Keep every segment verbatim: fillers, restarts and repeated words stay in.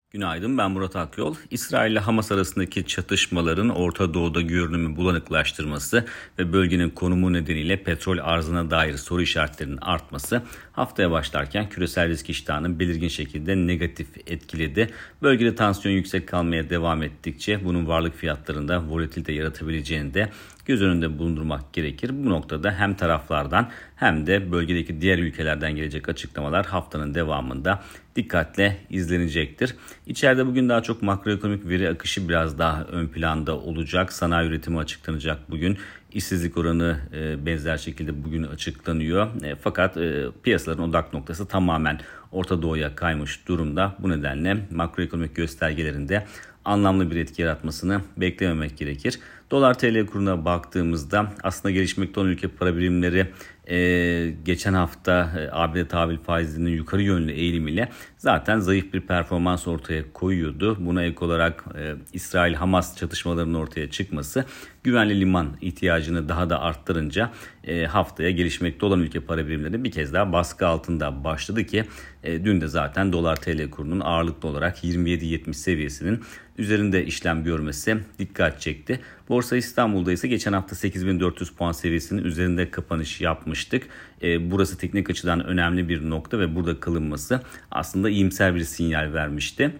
Günaydın, ben Murat Akyol. İsrail ile Hamas arasındaki çatışmaların Orta Doğu'da görünümü bulanıklaştırması ve bölgenin konumu nedeniyle petrol arzına dair soru işaretlerinin artması haftaya başlarken küresel risk iştahını belirgin şekilde negatif etkiledi. Bölgede tansiyon yüksek kalmaya devam ettikçe bunun varlık fiyatlarında volatilite yaratabileceğini de göz önünde bulundurmak gerekir. Bu noktada hem taraflardan hem de bölgedeki diğer ülkelerden gelecek açıklamalar haftanın devamında dikkatle izlenecektir. İçeride bugün daha çok makroekonomik veri akışı biraz daha ön planda olacak. Sanayi üretimi açıklanacak bugün. İşsizlik oranı e, benzer şekilde bugün açıklanıyor. E, fakat e, piyasaların odak noktası tamamen Orta Doğu'ya kaymış durumda. Bu nedenle makroekonomik göstergelerinde anlamlı bir etki yaratmasını beklememek gerekir. Dolar T L kuruna baktığımızda aslında gelişmekte olan ülke para birimleri e, geçen hafta e, A B D tahvil faizlerinin yukarı yönlü eğilimiyle zaten zayıf bir performans ortaya koyuyordu. Buna ek olarak e, İsrail-Hamas çatışmalarının ortaya çıkması güvenli liman ihtiyacını daha da arttırınca e, haftaya gelişmekte olan ülke para birimleri bir kez daha baskı altında başladı ki e, dün de zaten Dolar T L kurunun ağırlıklı olarak yirmi yedi yetmiş seviyesinin üzerinde işlem görmesi dikkat çekti. Borsa İstanbul'da ise geçen hafta sekiz bin dört yüz puan seviyesinin üzerinde kapanış yapmıştık. E, burası teknik açıdan önemli bir nokta ve burada kalınması aslında iyimser bir sinyal vermişti.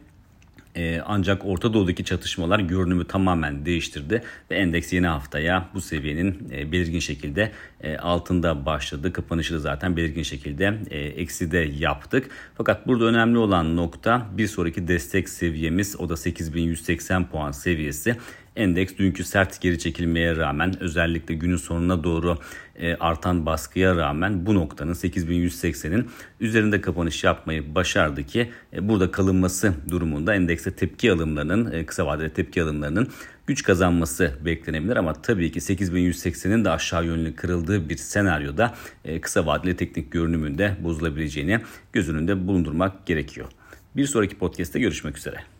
Ee, ancak Orta Doğu'daki çatışmalar görünümü tamamen değiştirdi ve endeks yeni haftaya bu seviyenin e, belirgin şekilde e, altında başladı. Kapanışı da zaten belirgin şekilde e, ekside yaptık. Fakat burada önemli olan nokta bir sonraki destek seviyemiz, o da sekiz bin yüz seksen puan seviyesi. Endeks dünkü sert geri çekilmeye rağmen, özellikle günün sonuna doğru e, artan baskıya rağmen bu noktanın sekiz bin yüz seksenin üzerinde kapanış yapmayı başardı ki e, burada kalınması durumunda endekse tepki alımlarının, e, kısa vadeli tepki alımlarının güç kazanması beklenebilir. Ama tabii ki sekiz bin yüz seksenin de aşağı yönlü kırıldığı bir senaryoda e, kısa vadeli teknik görünümünde bozulabileceğini göz önünde bulundurmak gerekiyor. Bir sonraki podcast'te görüşmek üzere.